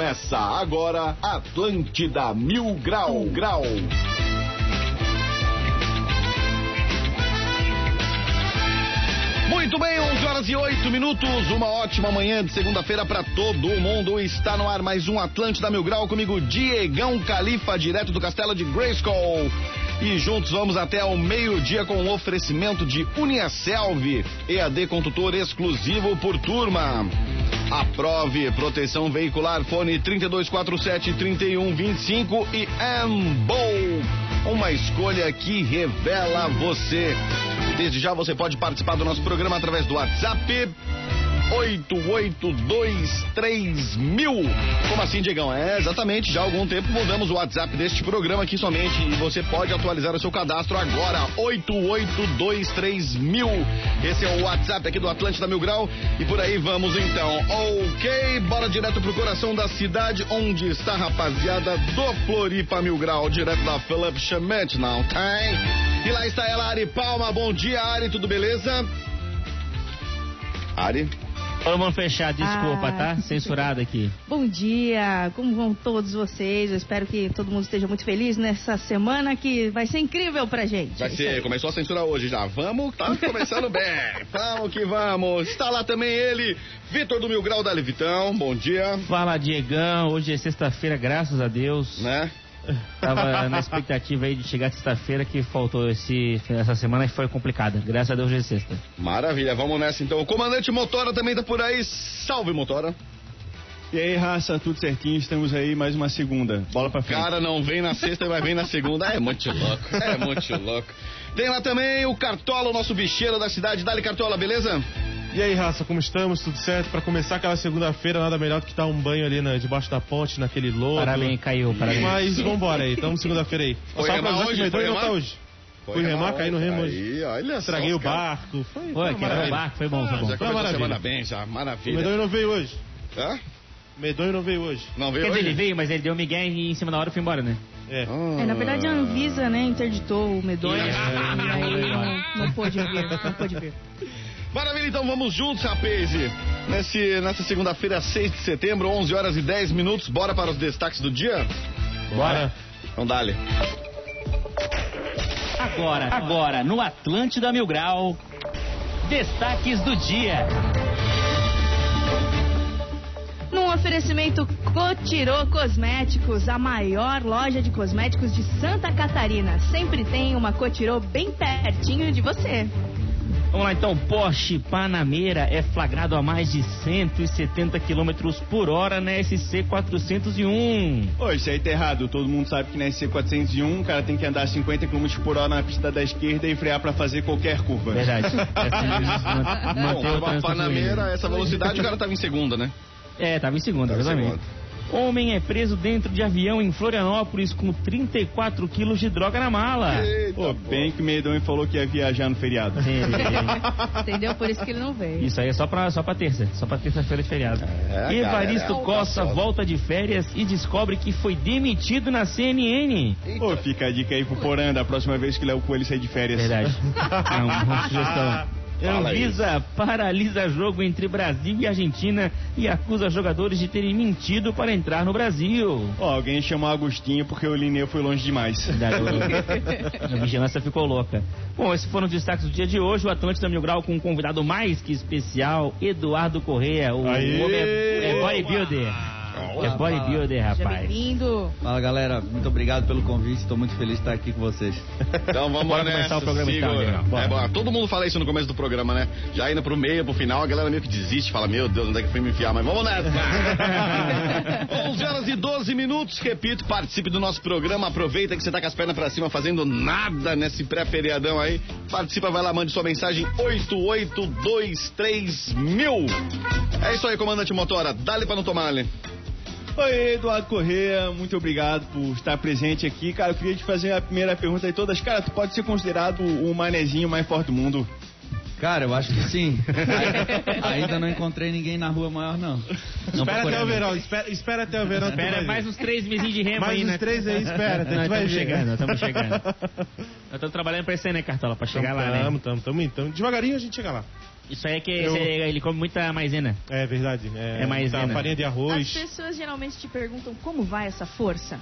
Começa agora Atlântida Mil Grau. Muito bem, 11h08, uma ótima manhã de segunda-feira para todo mundo. Está no ar mais um Atlântida Mil Grau, comigo Diegão Califa, direto do Castelo de Grayskull. E juntos vamos até ao meio-dia com o oferecimento de Uniaselv, EAD com tutor exclusivo por turma. Aprove proteção veicular, fone 3247-3125 e Ambow, uma escolha que revela você. Desde já você pode participar do nosso programa através do WhatsApp 8823.000. Como assim, Diegão? Exatamente, já há algum tempo mudamos o WhatsApp deste programa aqui somente, e você pode atualizar o seu cadastro agora, 8823.000. Esse é o WhatsApp aqui do Atlântida Mil Grau, e por aí vamos então. Ok, bora direto pro coração da cidade, onde está a rapaziada do Floripa Mil Grau, direto da Philip Schmidt, não tem? E lá está ela, Ari Palma. Bom dia, Ari, tudo beleza? Ari? Vamos fechar, desculpa, tá? Censurado aqui. Bom dia, como vão todos vocês? Eu espero que todo mundo esteja muito feliz nessa semana que vai ser incrível pra gente. Vai ser, começou a censura hoje já. Vamos, tá começando bem. Vamos que vamos. Está lá também ele, Vitor do Mil Grau da Levitão. Bom dia. Fala, Diegão. Hoje é sexta-feira, graças a Deus. Né? Tava na expectativa aí de chegar sexta-feira, que faltou essa semana, que foi complicada. Graças a Deus, hoje é sexta. Maravilha, vamos nessa então. O comandante Motora também tá por aí. Salve, Motora. E aí, raça, tudo certinho? Estamos aí mais uma segunda. Bola pra frente. O cara não vem na sexta, mas vem na segunda. É muito louco, é muito louco. Tem lá também o Cartola, o nosso bicheiro da cidade. Dali, Cartola, beleza? E aí, raça, como estamos? Tudo certo? Pra começar aquela segunda-feira, nada melhor do que dar um banho ali debaixo da ponte, naquele lodo. Parabéns, caiu, parabéns. Mas vambora aí, tamo segunda-feira aí. Foi só remar pra hoje? que o Medonho Foi não tá remar? hoje. Fui remar, caí no remo hoje. Olha Estraguei só, o barco. Foi Quebrou o barco, foi bom, foi bom. Já começou a maravilha. semana bem, já, O maravilha. Medonho não veio hoje. Hã? O Medonho não veio hoje. Não veio Quer dizer, hoje? ele veio, mas ele deu migué e em cima da hora foi embora, né? É. Na verdade a Anvisa, né, interditou o Medonho. Aí ele não pôde vir. Maravilha, então vamos juntos, rapaz. Nessa segunda-feira, 6 de setembro, 11h10. Bora para os destaques do dia? Bora. Então dale. Agora, no Atlântida Mil Grau, destaques do dia. Num oferecimento Cotirô Cosméticos, a maior loja de cosméticos de Santa Catarina. Sempre tem uma Cotirô bem pertinho de você. Vamos lá então, Porsche Panamera é flagrado a mais de 170 km por hora na SC 401. Ô, isso aí tá errado. Todo mundo sabe que na SC401 o cara tem que andar 50 km por hora na pista da esquerda e frear pra fazer qualquer curva. Verdade. Manter o Bom, a trânsito Panamera, fluindo. essa velocidade, o cara tava em segunda, né? Tava em segunda, exatamente. Homem é preso dentro de avião em Florianópolis com 34 quilos de droga na mala. Pô, bem que o Medonho falou que ia viajar no feriado. Sim. Entendeu? Por isso que ele não veio. Isso aí é só pra terça. Só pra terça-feira de feriado. Evaristo Costa volta de férias e descobre que foi demitido na CNN. Pô, fica a dica aí pro Porã da próxima vez que o Léo Coelho sair de férias. Verdade. Uma sugestão. Fala Anvisa paralisa jogo entre Brasil e Argentina e acusa jogadores de terem mentido para entrar no Brasil. Ó, alguém chamou Agostinho porque o Lineu foi longe demais. A vigilância ficou louca. Bom, esses foram os destaques do dia de hoje. O Atlântida Mil Grau com um convidado mais que especial, Eduardo Corrêa. O homem é bodybuilder. É bodybuilder, Seja rapaz. bem-vindo. Fala, galera, muito obrigado pelo convite, estou muito feliz de estar aqui com vocês. Então vamos Bora nessa, começar o programa então, Diego. Bora. Bom, todo mundo fala isso no começo do programa, né? Já indo pro meio, pro final, a galera meio que desiste, fala, meu Deus, onde é que fui me enfiar? Mas vamos nessa. 11h12, repito, participe do nosso programa, aproveita que você tá com as pernas pra cima fazendo nada nesse pré-feriadão aí. Participa, vai lá, mande sua mensagem, 8823.000. É isso aí, comandante Motora, dá-lhe pra não tomar ali. Oi, Eduardo Corrêa, muito obrigado por estar presente aqui. Cara, eu queria te fazer a primeira pergunta de todas. Cara, tu pode ser considerado o manezinho mais forte do mundo? Cara, eu acho que sim. Ainda não encontrei ninguém na rua maior, não. Espera até o verão, espera até o verão. Espera mais uns 3 mesinhos de remo mais aí, uns né? 3 aí, espera. Nós estamos chegando. Nós estamos trabalhando pra isso aí, né, Cartola? Pra chegar lá, né? Tamo. Devagarinho a gente chega lá. Isso aí é que ele come muita maisena. É verdade. É maisena. Farinha de arroz. As pessoas geralmente te perguntam como vai essa força.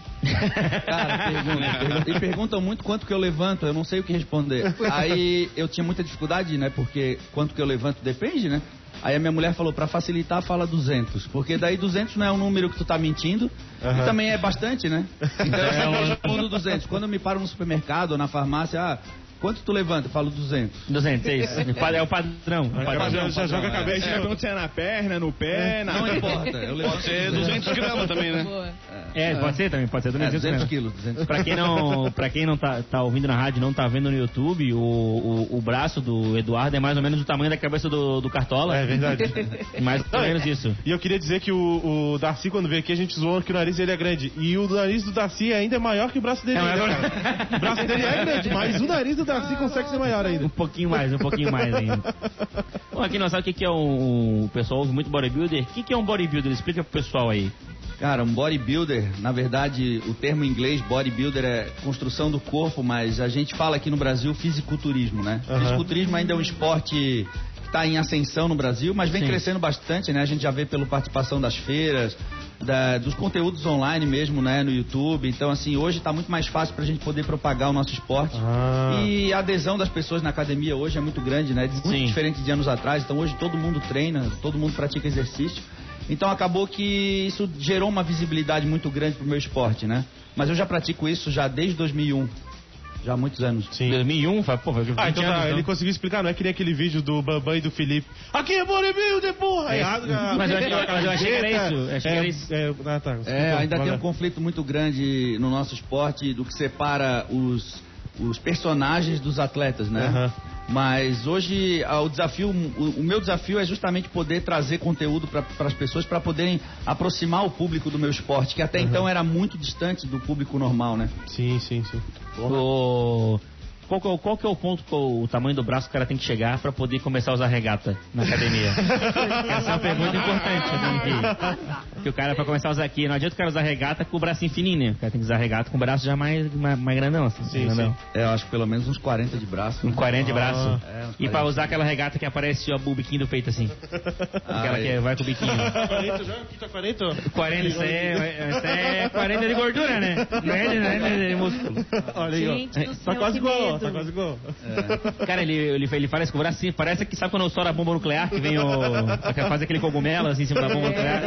Cara, perguntam. E perguntam muito quanto que eu levanto, eu não sei o que responder. Aí eu tinha muita dificuldade, né? Porque quanto que eu levanto depende, né? Aí a minha mulher falou, pra facilitar, fala 200. Porque daí 200 não é um número que tu tá mentindo. E também é bastante, né? Então eu sempre respondo 200. Quando eu me paro no supermercado ou na farmácia, quanto tu levanta? Eu falo 200. 200, é isso. É o padrão. Já joga a cabeça. Aí pergunta se é na perna, no pé, na... Não importa. Eu levanto Pode ser 200 gramas também, né? Boa. Pode ser também, pode ser 200 quilos. 200. Pra quem não tá ouvindo na rádio, não tá vendo no YouTube, o braço do Eduardo é mais ou menos o tamanho da cabeça do Cartola. É verdade. Mais ou menos isso. E eu queria dizer que o Darcy, quando veio aqui, a gente zoou que o nariz dele é grande. E o nariz do Darcy ainda é maior que o braço dele. O braço dele é grande, mas o nariz do Darcy consegue ser maior ainda. Um pouquinho mais ainda. Bom, aqui não sabe o que é o pessoal ouve muito bodybuilder. O que é um bodybuilder? Explica pro pessoal aí. Cara, um bodybuilder, na verdade, o termo em inglês bodybuilder é construção do corpo, mas a gente fala aqui no Brasil fisiculturismo, né? Fisiculturismo ainda é um esporte que está em ascensão no Brasil, mas vem crescendo bastante, né? A gente já vê pela participação das feiras, dos conteúdos online mesmo, né? No YouTube. Então, assim, hoje está muito mais fácil para a gente poder propagar o nosso esporte. E a adesão das pessoas na academia hoje é muito grande, né? Muito diferente de anos atrás. Então, hoje todo mundo treina, todo mundo pratica exercício. Então acabou que isso gerou uma visibilidade muito grande pro meu esporte, né? Mas eu já pratico isso já desde 2001. Já há muitos anos. Sim. 2001? Pô, então anos, ele conseguiu explicar, não é que nem aquele vídeo do Bambam e do Felipe. Aqui é bodybuilder, porra! Mas eu achei que era isso. Ainda tem um conflito muito grande no nosso esporte do que separa os personagens dos atletas, né? Mas hoje o meu desafio é justamente poder trazer conteúdo para as pessoas para poderem aproximar o público do meu esporte, que até então era muito distante do público normal, né? Sim. Qual que é o ponto, o tamanho do braço que o cara tem que chegar pra poder começar a usar regata na academia? Essa é uma pergunta importante. Que o cara, pra começar a usar aqui, não adianta o cara usar regata com o bracinho fininho, né? O cara tem que usar regata com o braço já mais grandão, assim. Sim. Eu acho que pelo menos uns 40 de braço. Uns 40 de braço? E pra usar aquela regata que aparece o biquinho do peito, assim. Aquela que vai com o biquinho. 40 já? Aqui tá 40? 40, isso é 40 de gordura, né? Não é de músculo. Olha aí, ó. Tá quase igual. Cara, ele parece com o braço assim, parece que sabe quando estoura a bomba nuclear, que vem faz aquele cogumelo assim em cima da bomba nuclear.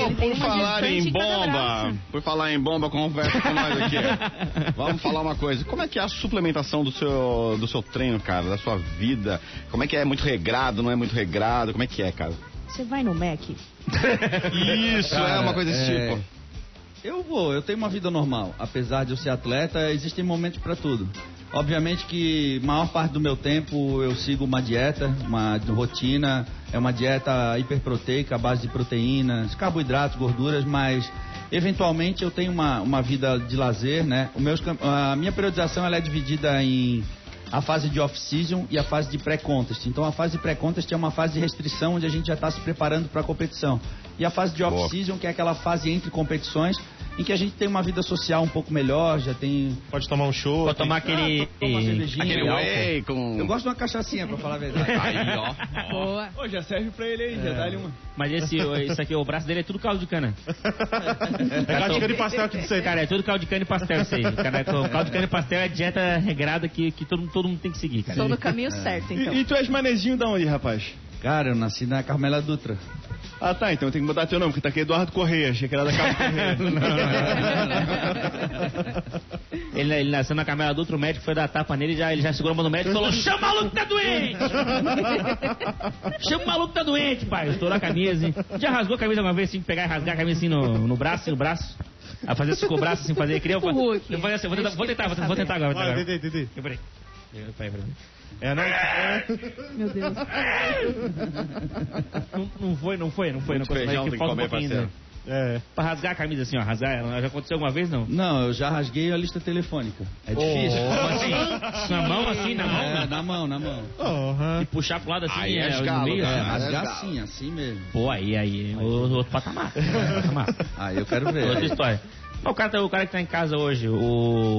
Por falar em bomba, conversa com nós aqui. Vamos falar uma coisa. Como é que é a suplementação do seu treino, cara, da sua vida? Como é que é? Muito regrado, não é muito regrado? Como é que é, cara? Você vai no Mac? Isso, cara, é uma coisa desse tipo. Eu tenho uma vida normal. Apesar de eu ser atleta, existem momentos pra tudo. Obviamente que a maior parte do meu tempo eu sigo uma dieta, uma rotina, é uma dieta hiperproteica, à base de proteínas, carboidratos, gorduras, mas eventualmente eu tenho uma vida de lazer, né? A minha periodização ela é dividida em a fase de off-season e a fase de pré-contest. Então a fase de pré-contest é uma fase de restrição onde a gente já está se preparando para a competição. E a fase de off-season, que é aquela fase entre competições, em que a gente tem uma vida social um pouco melhor, já tem... Pode tomar um show. Pode tomar aquele... uma cervejinha. Aquele whey com... Eu gosto de uma cachaçinha, pra falar a verdade. Aí, ó. Boa. Ô, já serve pra ele aí, já dá ali uma. Mas isso aqui, o braço dele é tudo caldo de cana. É caldo de cana e pastel aqui disso aí. Cara, é tudo caldo de cana e pastel isso aí. Cara, o caldo de cana e pastel é a dieta regrada que todo mundo tem que seguir, cara. Estou no caminho certo, então. E tu és manezinho da onde, rapaz? Cara, eu nasci na Carmela Dutra. Ah, tá, então tem que mudar teu nome, porque tá aqui Eduardo Correia, achei que era da Carmela Correia. Ele nasceu na Carmela Dutra, o médico foi dar tapa nele, ele já segurou a mão do médico e falou: chama o maluco que tá doente! Chama o maluco que tá doente, pai! Estourou a camisa, hein? Já rasgou a camisa uma vez, assim, pegar e rasgar a camisa assim no braço, a fazer assim com o braço, assim, fazer. Eu falei assim, vou tentar agora. Tentei. Peraí. Meu Deus. Não foi, não feijão tem que comer, parceiro. Pra rasgar a camisa assim, ó, rasgar, já aconteceu alguma vez, não? Não, eu já rasguei a lista telefônica. É difícil. Como assim? Na mão, assim, na mão? Na mão. E puxar pro lado assim, aí é no meio, rasgar assim mesmo. Pô, aí, outro patamar. Aí eu quero ver. Outra história. O cara que tá em casa hoje,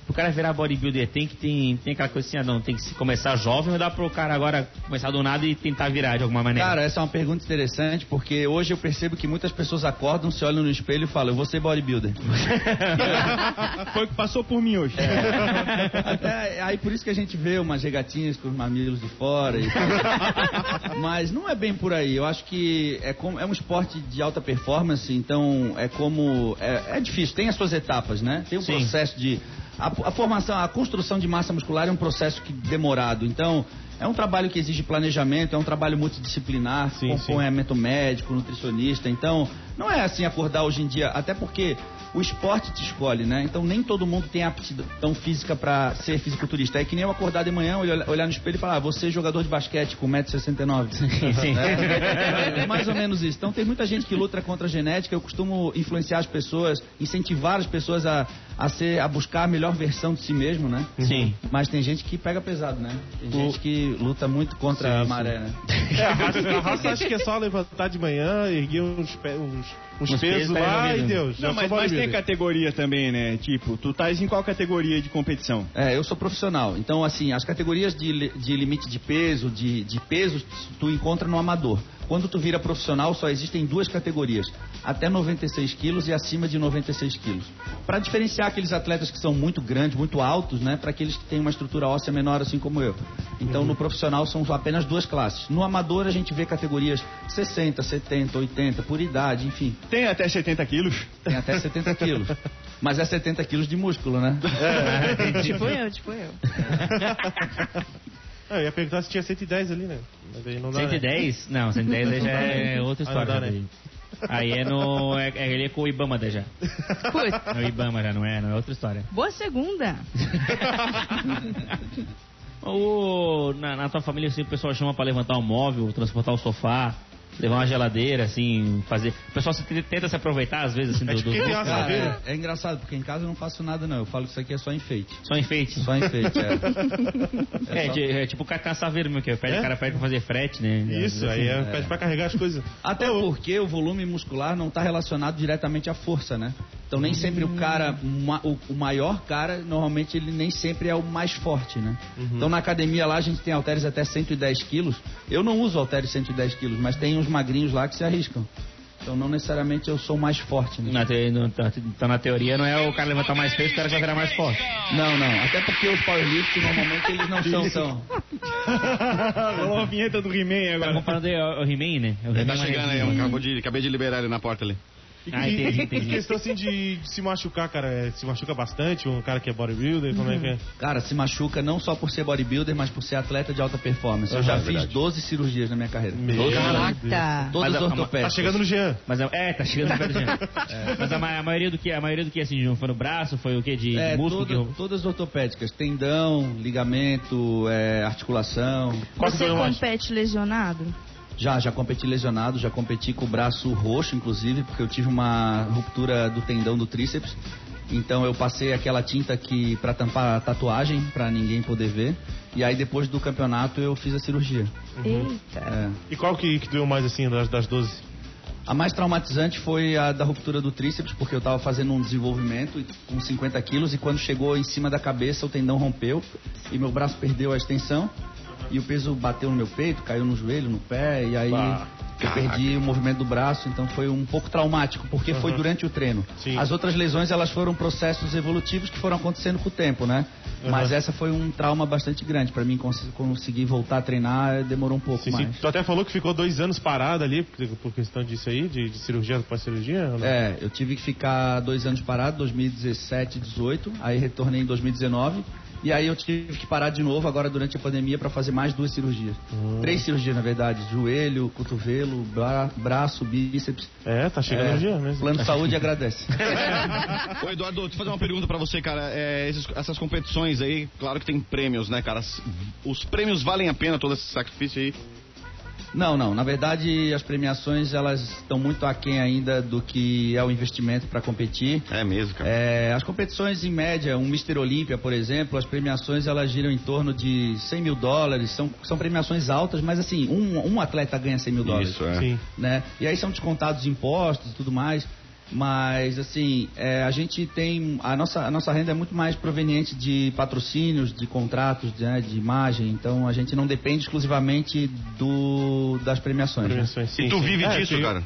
pro cara virar bodybuilder tem aquela coisa assim, não, tem que começar jovem ou dá pro cara agora começar do nada e tentar virar de alguma maneira? Cara, essa é uma pergunta interessante, porque hoje eu percebo que muitas pessoas acordam, se olham no espelho e falam, eu vou ser bodybuilder. Foi o que passou por mim hoje. Até, aí por isso que a gente vê umas regatinhas com os mamilos de fora e tal. Mas não é bem por aí. Eu acho que é um esporte de alta performance, então é difícil, tem as suas etapas, né? Tem um processo de... A formação, a construção de massa muscular é um processo demorado, então é um trabalho que exige planejamento, é um trabalho multidisciplinar, com acompanhamento médico, nutricionista, então não é assim acordar hoje em dia, até porque o esporte te escolhe, né? Então nem todo mundo tem aptidão física para ser fisiculturista. É que nem eu acordar de manhã, olhar no espelho e falar, você é jogador de basquete com 1,69m. Sim. É mais ou menos isso. Então tem muita gente que luta contra a genética, eu costumo influenciar as pessoas, incentivar as pessoas a buscar a melhor versão de si mesmo, né? Sim. Mas tem gente que pega pesado, né? Tem gente que luta muito contra a maré, né? A raça acha que é só levantar de manhã, erguer uns pesos lá e Deus. Não, mas tem categoria também, né? Tipo, tu estás em qual categoria de competição? Eu sou profissional. Então, assim, as categorias de limite de peso, de peso, tu encontra no amador. Quando tu vira profissional, só existem duas categorias. Até 96 quilos e acima de 96 quilos. Para diferenciar aqueles atletas que são muito grandes, muito altos, né? Para aqueles que têm uma estrutura óssea menor, assim como eu. Então, no profissional são apenas duas classes. No amador, a gente vê categorias 60, 70, 80, por idade, enfim. Tem até 70 quilos? Tem até 70 quilos. Mas é 70 quilos de músculo, né? Tipo eu. Eu ia perguntar se tinha 110 ali, né? Mas aí não dá, 110? né? Não, 110 aí já é outra história. Não dá, né? Aí ele é com o Ibama já. É o Ibama já, não é outra história. Boa segunda. Na tua família, assim, o pessoal chama pra levantar um móvel, transportar o sofá, levar uma geladeira, assim, fazer... O pessoal tenta se aproveitar, às vezes, assim, É engraçado, porque em casa eu não faço nada, não. Eu falo que isso aqui é só enfeite. Só enfeite? Só enfeite, é tipo o caçaveiro, meu, que o cara pede pra fazer frete, né? Isso, aí pede pra carregar as coisas. Até porque o volume muscular não tá relacionado diretamente à força, né? Então nem sempre o cara, o maior cara, normalmente ele nem sempre é o mais forte, né? Então na academia lá a gente tem halteres até 110 quilos. Eu não uso halteres 110 quilos, mas tem uns magrinhos lá que se arriscam. Então não necessariamente eu sou o mais forte, né? Então na teoria não é o cara levantar mais peso, o cara vai virar mais forte. Não. Até porque os powerlifts normalmente eles não são Rolou a vinheta do He-Man agora. Tá comparando o He-Man, né? Ele tá chegando aí, acabei de liberar ele na porta ali. Entendi. Questão assim de se machucar, cara, se machuca bastante, um cara que é bodybuilder, como é que é? Cara, se machuca não só por ser bodybuilder, mas por ser atleta de alta performance. Eu já fiz 12 cirurgias na minha carreira. Caraca! Todas ortopédicas. Tá chegando no Jean. Tá chegando no pé do Jean. Mas a maioria do que assim, João? Foi no braço? Foi o que? De músculo? Todas ortopédicas. Tendão, ligamento, articulação. Você compete lesionado? Já competi lesionado, já competi com o braço roxo, inclusive, porque eu tive uma ruptura do tendão do tríceps. Então eu passei aquela tinta para tampar a tatuagem, para ninguém poder ver. E aí depois do campeonato eu fiz a cirurgia. Eita. E qual que doeu mais assim das 12? A mais traumatizante foi a da ruptura do tríceps, porque eu estava fazendo um desenvolvimento com 50 quilos e quando chegou em cima da cabeça o tendão rompeu e meu braço perdeu a extensão. E o peso bateu no meu peito, caiu no joelho, no pé, e aí eu perdi o movimento do braço, então foi um pouco traumático, porque foi durante o treino. Sim. As outras lesões, elas foram processos evolutivos que foram acontecendo com o tempo, né? Mas essa foi um trauma bastante grande. Pra mim conseguir voltar a treinar, demorou um pouco mais. Tu até falou que ficou 2 anos parado ali, por questão disso aí, de cirurgia, pós-cirurgia? Eu tive que ficar 2 anos parado, 2017, 2018, aí retornei em 2019. E aí eu tive que parar de novo agora durante a pandemia para fazer mais 2 cirurgias. 3 cirurgias, na verdade. Joelho, cotovelo, braço, bíceps. Tá chegando o dia mesmo. Plano de saúde agradece. Ô Eduardo, deixa eu fazer uma pergunta para você, cara. Essas competições aí, claro que tem prêmios, né, cara? Os prêmios valem a pena todo esse sacrifício aí? Não. Na verdade, as premiações, elas estão muito aquém ainda do que é o investimento para competir. É mesmo, cara. As competições, em média, um Mr. Olímpia, por exemplo, as premiações, elas giram em torno de $100 mil. São premiações altas, mas assim, um atleta ganha $100 mil. Isso, Sim. Né? E aí são descontados impostos e tudo mais. Mas, assim, a gente tem... A nossa renda é muito mais proveniente de patrocínios, de contratos, de imagem. Então, a gente não depende exclusivamente das premiações. Né? E tu vive disso, cara?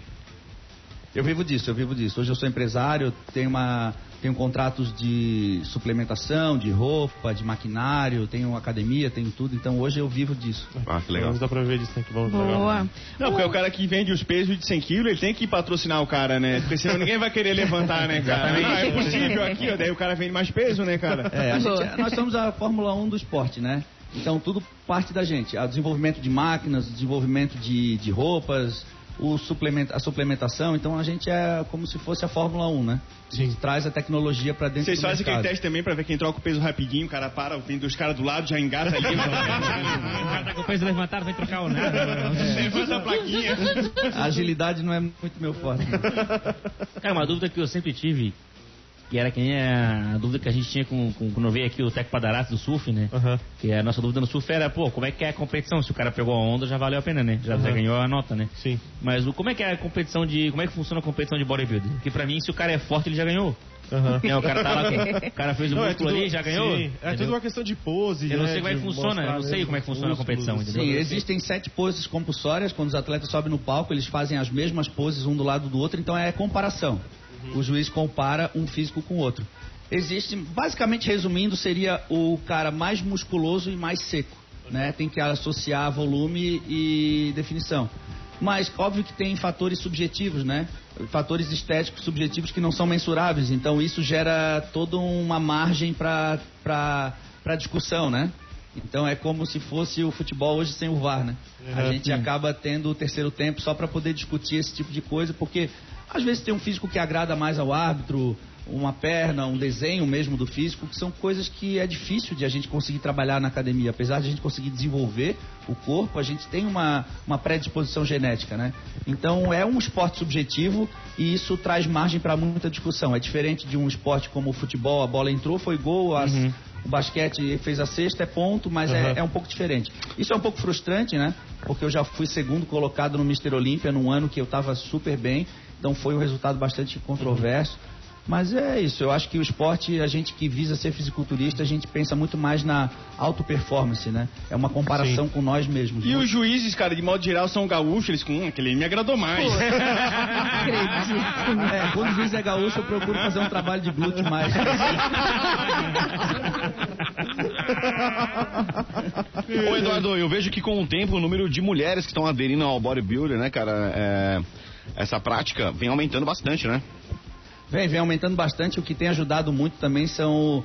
Eu vivo disso. Hoje eu sou empresário, tenho contratos de suplementação, de roupa, de maquinário, tenho academia, tenho tudo. Então hoje eu vivo disso. Ah, que legal. Vamos dar pra ver disso, né? Que bom. Boa. Não, porque o cara que vende os pesos de 100 quilos, ele tem que patrocinar o cara, né? Porque senão ninguém vai querer levantar, né, cara? É possível aqui, ó, daí o cara vende mais peso, né, cara? Nós somos a Fórmula 1 do esporte, né? Então tudo parte da gente. O desenvolvimento de máquinas, o desenvolvimento de roupas, a suplementação. Então a gente é como se fosse a Fórmula 1, né? A gente traz a tecnologia pra dentro do mercado. Vocês fazem aquele teste também pra ver quem troca o peso rapidinho, o cara para, tem dois caras do lado, já engata ali. O cara tá com o peso levantado, vem trocar o nada. Levanta a plaquinha. A agilidade não é muito meu forte. Cara, uma dúvida que eu sempre tive, que era que nem a dúvida que a gente tinha quando veio aqui o Teco Padarato do surf, né? Que a nossa dúvida no surf era, como é que é a competição? Se o cara pegou a onda, já valeu a pena, né? Já ganhou a nota, né? Sim. Mas como é que é a competição como é que funciona a competição de bodybuilding? Porque pra mim, se o cara é forte, ele já ganhou. O cara tá lá, o cara fez o músculo ali, já ganhou. Sim, tudo uma questão de pose. Eu não sei como é que funciona, eu não sei como é que funciona a competição. Entendeu? Sim, existem 7 poses compulsórias. Quando os atletas sobem no palco, eles fazem as mesmas poses um do lado do outro, então é comparação. O juiz compara um físico com o outro. Existe, basicamente resumindo, seria o cara mais musculoso e mais seco, né? Tem que associar volume e definição. Mas óbvio que tem fatores subjetivos, né? Fatores estéticos subjetivos que não são mensuráveis. Então isso gera toda uma margem para discussão, né? Então é como se fosse o futebol hoje sem o VAR, né? A gente acaba tendo o terceiro tempo só para poder discutir esse tipo de coisa, porque às vezes tem um físico que agrada mais ao árbitro, uma perna, um desenho mesmo do físico, que são coisas que é difícil de a gente conseguir trabalhar na academia. Apesar de a gente conseguir desenvolver o corpo, a gente tem uma predisposição genética, né? Então é um esporte subjetivo e isso traz margem para muita discussão. É diferente de um esporte como o futebol, a bola entrou, foi gol, o basquete fez a cesta, é ponto, mas é um pouco diferente. Isso é um pouco frustrante, né? Porque eu já fui segundo colocado no Mr. Olímpia num ano que eu estava super bem, então foi um resultado bastante controverso. Mas é isso, eu acho que o esporte, a gente que visa ser fisiculturista, a gente pensa muito mais na auto-performance, né? É uma comparação com nós mesmos. E os juízes, cara, de modo geral, são gaúchos, eles com aquele me agradou mais. Quando o juiz é gaúcho, eu procuro fazer um trabalho de glúteo mais. Ô Eduardo, eu vejo que com o tempo o número de mulheres que estão aderindo ao bodybuilder, né, cara, essa prática vem aumentando bastante, né? Vem aumentando bastante. O que tem ajudado muito também são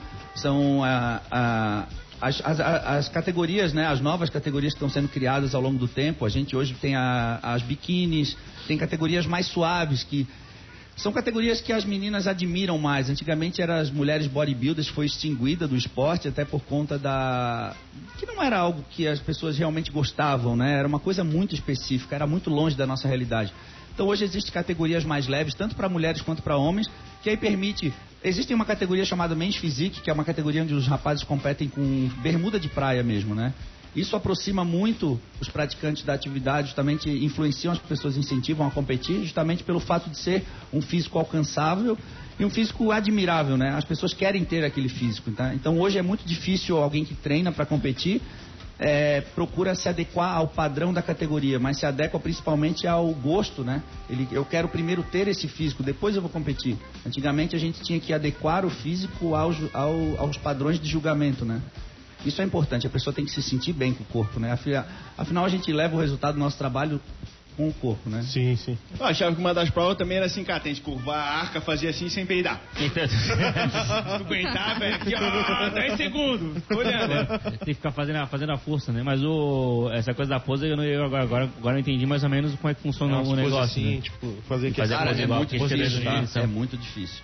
as categorias, né? As novas categorias que estão sendo criadas ao longo do tempo. A gente hoje tem as biquínis, tem categorias mais suaves que são categorias que as meninas admiram mais. Antigamente eram as mulheres bodybuilders, foi extinguida do esporte até por conta que não era algo que as pessoas realmente gostavam, né? Era uma coisa muito específica, era muito longe da nossa realidade. Então hoje existem categorias mais leves, tanto para mulheres quanto para homens, que aí permite... Existe uma categoria chamada Men's Physique, que é uma categoria onde os rapazes competem com bermuda de praia mesmo, né? Isso aproxima muito os praticantes da atividade, justamente influenciam as pessoas, incentivam a competir, justamente pelo fato de ser um físico alcançável e um físico admirável, né? As pessoas querem ter aquele físico, tá? Então hoje é muito difícil alguém que treina para competir procura se adequar ao padrão da categoria, mas se adequa principalmente ao gosto, né? Eu quero primeiro ter esse físico, depois eu vou competir. Antigamente a gente tinha que adequar o físico aos padrões de julgamento, né? Isso é importante, a pessoa tem que se sentir bem com o corpo, né? Afinal a gente leva o resultado do nosso trabalho com o corpo, né? Sim, sim. Eu achava que uma das provas também era assim, cara, tem que curvar a arca, fazer assim sem peidar. Se tu aguentar, velho, aqui, ó, 10 segundos, olhando. Tem que ficar fazendo a força, né? Mas essa coisa da pose, agora eu entendi mais ou menos como é que funciona o negócio, assim, né? tipo, fazer é muito difícil.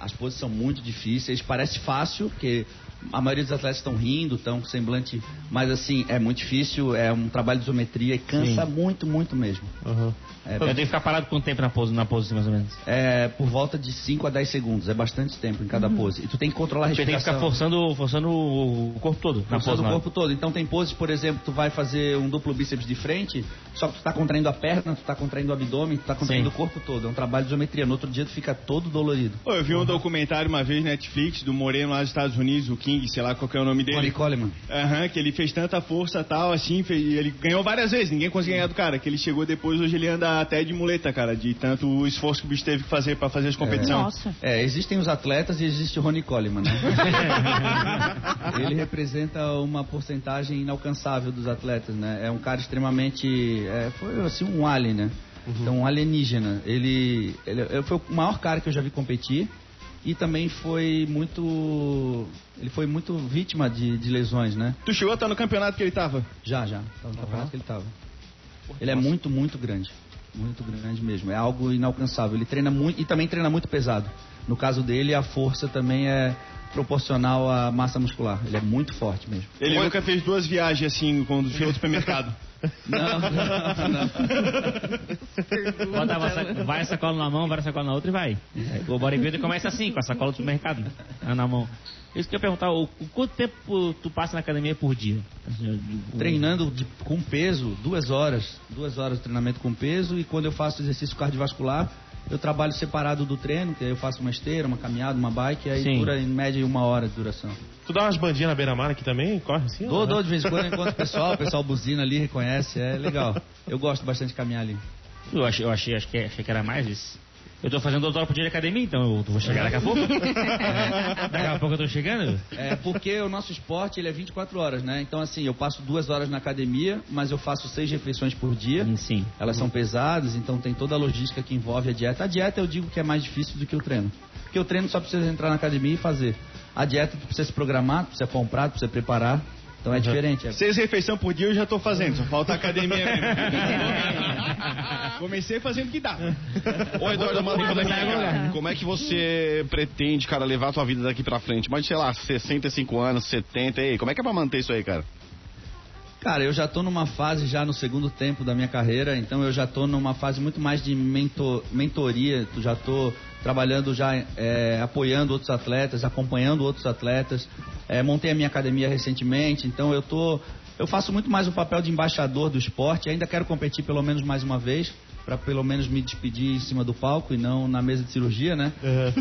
As poses são muito difíceis, parece fácil, porque a maioria dos atletas estão rindo, estão com semblante, mas assim, é muito difícil, é um trabalho de isometria e cansa muito, muito mesmo. Eu tenho que ficar parado quanto tempo na pose mais ou menos? Por volta de 5 a 10 segundos, é bastante tempo em cada pose. E tu tem que controlar a respiração. Você tem que ficar forçando o corpo todo. Forçando o corpo todo. Então tem poses, por exemplo, tu vai fazer um duplo bíceps de frente, só que tu tá contraindo a perna, tu tá contraindo o abdômen, tu tá contraindo o corpo todo. É um trabalho de isometria. No outro dia tu fica todo dolorido. Eu vi um documentário uma vez na Netflix do moreno lá dos Estados Unidos, o King, sei lá qual que é o nome dele. Ronnie Coleman. Que ele fez tanta força tal, assim, ele ganhou várias vezes, ninguém conseguiu ganhar do cara. Que ele chegou depois, hoje ele anda até de muleta, cara, de tanto o esforço que o bicho teve que fazer pra fazer as competições. Nossa. Existem os atletas e existe o Ronnie Coleman, né? Ele representa uma porcentagem inalcançável dos atletas, né? É um cara extremamente... foi assim um alien, né? Então, um alienígena. Ele foi o maior cara que eu já vi competir e também foi muito... Ele foi muito vítima de lesões, né? Tu chegou a estar no campeonato que ele tava? Já. Tava no campeonato que ele tava. Ele é muito, muito grande. Muito grande mesmo. É algo inalcançável. Ele treina muito e também treina muito pesado. No caso dele, a força também é proporcional à massa muscular. Ele é muito forte mesmo. Ele nunca fez 2 viagens assim quando chegou ao supermercado? Não. Vai a sacola na mão, vai a sacola na outra e vai. O bodybuilder começa assim, com a sacola do supermercado na mão. Isso que eu ia perguntar, quanto tempo tu passa na academia por dia? Treinando com peso, 2 horas. 2 horas de treinamento com peso, e quando eu faço exercício cardiovascular, eu trabalho separado do treino, que aí eu faço uma esteira, uma caminhada, uma bike, aí dura em média 1 hora de duração. Tu dá umas bandinhas na beira-mar aqui também? Corre assim? Dou de vez em quando, enquanto o pessoal buzina ali, reconhece, é legal. Eu gosto bastante de caminhar ali. Eu achei que era mais isso. Eu tô fazendo 2 horas por dia de academia, então eu vou chegar daqui a pouco. Daqui a pouco eu tô chegando. Porque o nosso esporte, ele é 24 horas, né? Então, assim, eu passo 2 horas na academia, mas eu faço 6 refeições por dia. Sim. Elas são pesadas, então tem toda a logística que envolve a dieta. A dieta eu digo que é mais difícil do que o treino. Porque o treino só precisa entrar na academia e fazer. A dieta tu precisa se programar, tu precisa pôr um prato, precisa preparar. Então é diferente. 6 refeições por dia eu já tô fazendo, só falta a academia mesmo. Comecei fazendo o que dá. Ô Eduardo, como é que você pretende, cara, levar a tua vida daqui pra frente? Mas, sei lá, 65 anos, 70, aí, como é que é pra manter isso aí, cara? Cara, eu já tô numa fase já no segundo tempo da minha carreira, então eu já tô numa fase muito mais de mentoria, já tô trabalhando já, apoiando outros atletas, acompanhando outros atletas, montei a minha academia recentemente, então eu faço muito mais o papel de embaixador do esporte, ainda quero competir pelo menos mais uma vez, para pelo menos me despedir em cima do palco e não na mesa de cirurgia, né?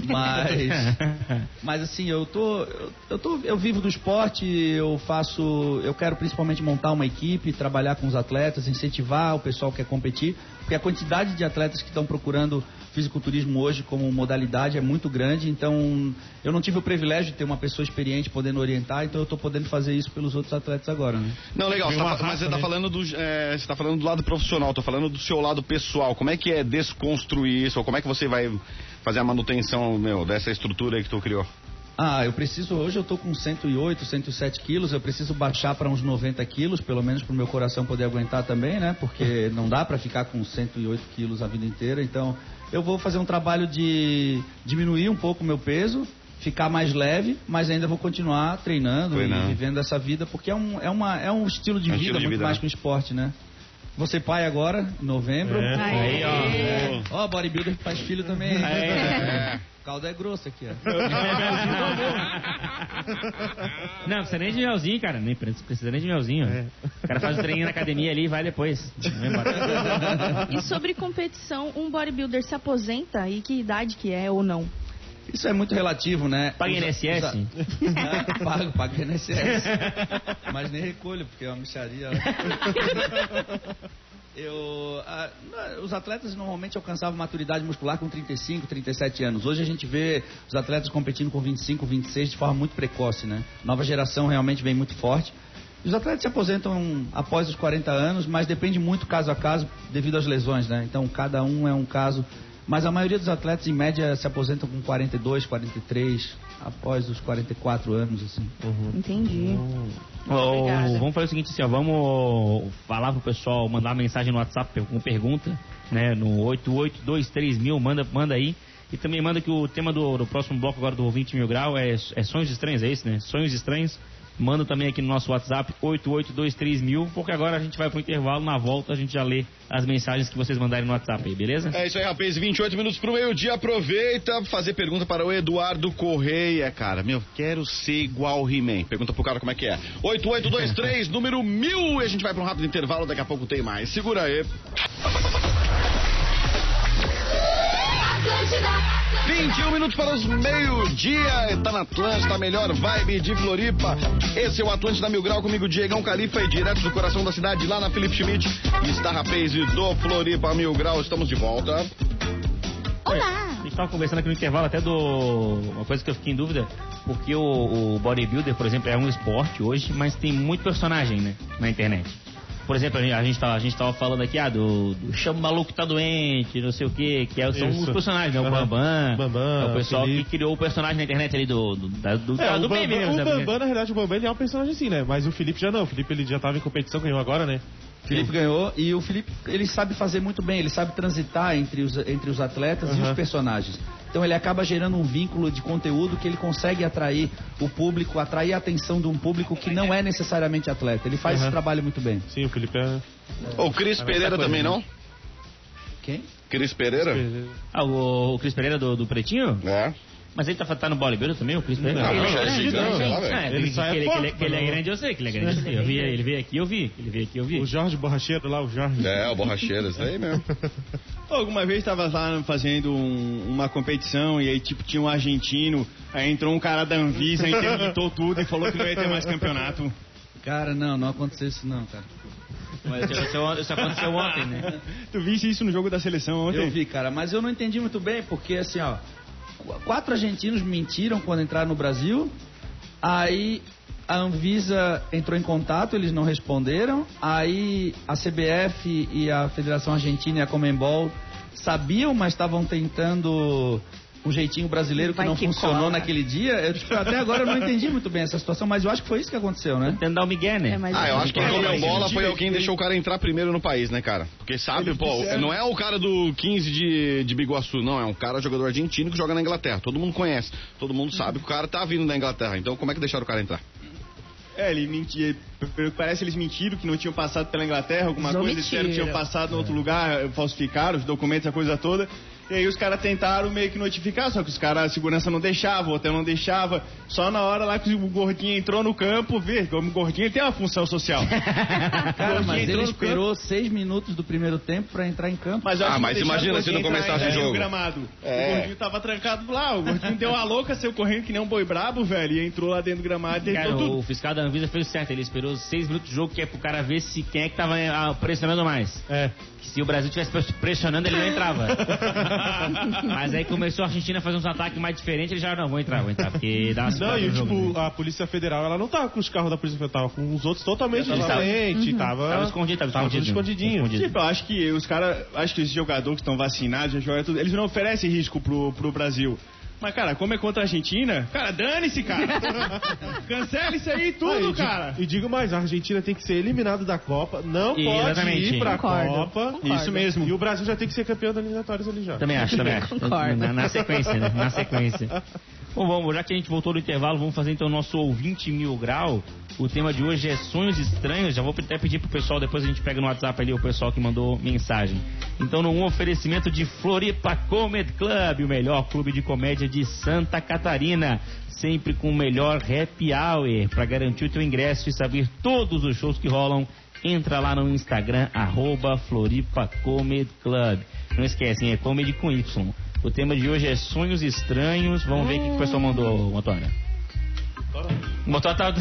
Mas assim, eu vivo do esporte, eu quero principalmente montar uma equipe, trabalhar com os atletas, incentivar o pessoal que quer competir, porque a quantidade de atletas que estão procurando fisiculturismo hoje como modalidade é muito grande, então eu não tive o privilégio de ter uma pessoa experiente podendo orientar, então eu estou podendo fazer isso pelos outros atletas agora, né? Não, legal, mas você está falando do lado profissional, tô falando do seu lado pessoal, como é que é desconstruir isso, ou como é que você vai fazer a manutenção, dessa estrutura aí que tu criou? Hoje eu tô com 108, 107 quilos, eu preciso baixar para uns 90 quilos, pelo menos para o meu coração poder aguentar também, né? Porque não dá para ficar com 108 quilos a vida inteira, então eu vou fazer um trabalho de diminuir um pouco o meu peso, ficar mais leve, mas ainda vou continuar treinando. E vivendo essa vida, porque é um estilo de vida muito mais que um esporte, né? Vou ser pai agora, em novembro. Aí, ó. Ó, bodybuilder que faz filho também. O caldo é grosso aqui, ó. Não, precisa nem de melzinho, cara. Nem precisa nem de melzinho. O cara faz o treininho na academia ali e vai depois. E sobre competição, um bodybuilder se aposenta e que idade que é ou não? Isso é muito relativo, né? Paga INSS? Paga INSS. Mas nem recolho, porque é uma mixaria. Os atletas normalmente alcançavam maturidade muscular com 35, 37 anos. Hoje a gente vê os atletas competindo com 25, 26 de forma muito precoce, né? Nova geração realmente vem muito forte. Os atletas se aposentam após os 40 anos, mas depende muito caso a caso devido às lesões, né? Então cada um é um caso. Mas a maioria dos atletas, em média, se aposentam com 42, 43, após os 44 anos, assim. Entendi. Vamos fazer o seguinte, assim, ó, vamos falar pro pessoal, mandar uma mensagem no WhatsApp com pergunta, né, no 8823000, manda aí, E também manda que o tema do próximo bloco agora do 20 Mil Grau é sonhos estranhos, é isso, né? Sonhos estranhos. Manda também aqui no nosso WhatsApp 8823.000, porque agora a gente vai pro intervalo, na volta a gente já lê as mensagens que vocês mandarem no WhatsApp aí, beleza? É isso aí, rapaz, 28 minutos pro meio-dia, aproveita, fazer pergunta para o Eduardo Correia, cara, quero ser igual o He-Man, pergunta pro cara como é que é, 8823, número 1000, e a gente vai pra um rápido intervalo, daqui a pouco tem mais, segura aí. 21 minutos para os meio-dia, tá na Atlântida, a melhor vibe de Floripa. Esse é o Atlântida Mil Grau, comigo Diegão Califa, e direto do coração da cidade, lá na Felipe Schmidt, está Rapaz do Floripa Mil Grau, estamos de volta. Olá! A gente estava conversando aqui no intervalo até uma coisa que eu fiquei em dúvida, porque o bodybuilder, por exemplo, é um esporte hoje, mas tem muito personagem, né, na internet. Por exemplo, a gente tava falando aqui, do chama maluco que tá doente, não sei o que são os personagens, né? O Bambam, é o pessoal que criou o personagem na internet ali do meme mesmo. O Bambam, na verdade, o Bambam ele é um personagem assim, né? Mas o Felipe já não. O Felipe ele já tava em competição, ganhou agora, né? Felipe ganhou, e o Felipe, ele sabe fazer muito bem, ele sabe transitar entre os atletas e os personagens. Então ele acaba gerando um vínculo de conteúdo que ele consegue atrair o público, atrair a atenção de um público que não é necessariamente atleta. Ele faz esse trabalho muito bem. Sim, o Felipe é... O Cris Pereira também, não? Quem? Cris Pereira? O Cris Pereira do Pretinho? É. Mas ele tá no bodybuilder também, o Cris Pereira? Não, ele é gigante. Ele é grande, eu sei que ele é grande. Ele veio aqui, eu vi. O Jorge Borracheiro lá, o Jorge. É, o Borracheiro, isso aí mesmo. Alguma vez estava lá fazendo uma competição e aí tipo tinha um argentino, aí entrou um cara da Anvisa, interditou tudo e falou que não ia ter mais campeonato. Cara, não aconteceu isso não, cara. Mas isso aconteceu ontem, né? Tu viste isso no jogo da seleção ontem? Eu vi, cara, mas eu não entendi muito bem, porque assim, 4 argentinos mentiram quando entraram no Brasil, aí a Anvisa entrou em contato, eles não responderam, aí a CBF e a Federação Argentina e a Conmebol sabiam, mas estavam tentando um jeitinho brasileiro que não funcionou naquele dia. Até agora eu não entendi muito bem essa situação, mas eu acho que foi isso que aconteceu, né? Tentando dar o migué, né? Eu acho que a bola foi quem deixou o cara entrar primeiro no país, né, cara? Porque sabe, não é o cara do 15 de Biguaçu, não, é um cara jogador argentino que joga na Inglaterra. Todo mundo conhece, todo mundo sabe que o cara tá vindo da Inglaterra. Então como é que deixaram o cara entrar? Ele mentia, pelo que parece eles mentiram que não tinham passado pela Inglaterra, alguma coisa, disseram que tinham passado em outro lugar, falsificaram os documentos, a coisa toda. E aí os caras tentaram meio que notificar, só que os caras, a segurança não deixava, o hotel não deixava. Só na hora lá que o gordinho entrou no campo, o gordinho tem uma função social. Cara, mas ele esperou 6 minutos do primeiro tempo pra entrar em campo. Mas imagina se não começasse o jogo. Gramado. O gordinho tava trancado lá, o gordinho deu uma louca, saiu correndo que nem um boi brabo, velho, e entrou lá dentro do gramado e cara, tudo. O fiscal da Anvisa fez certo, ele esperou 6 minutos de jogo, que é pro cara ver se quem é que tava pressionando mais. Que se o Brasil tivesse pressionando, ele não entrava. Mas aí começou a Argentina a fazer uns ataques mais diferentes, ele já vou entrar, porque dá uma não, e tipo, a Polícia Federal, ela não tava com os carros da Polícia Federal, tava com os outros totalmente diferentes, tava escondidinho. Tipo, eu acho que os caras, acho que esses jogadores que estão vacinados, já jogam tudo, eles não oferecem risco pro Brasil. Mas, cara, como é contra a Argentina, cara, dane-se, cara. Cancela isso aí tudo, cara. E digo mais, a Argentina tem que ser eliminada da Copa, não pode ir pra Copa. Isso mesmo. E o Brasil já tem que ser campeão da eliminatórias ali já. Também acho. Na sequência, né? Na sequência. Bom, vamos, já que a gente voltou do intervalo, vamos fazer então o nosso ouvinte mil grau. O tema de hoje é sonhos estranhos. Já vou até pedir pro pessoal, depois a gente pega no WhatsApp ali o pessoal que mandou mensagem. Então, num oferecimento de Floripa Comedy Club, o melhor clube de comédia de Santa Catarina, sempre com o melhor happy hour. Para garantir o teu ingresso e saber todos os shows que rolam, entra lá no Instagram, @Floripa Comedy Club. Não esquecem, é comedy com Y. O tema de hoje é sonhos estranhos. Vamos ver o que o pessoal mandou, Antônio. O motor tava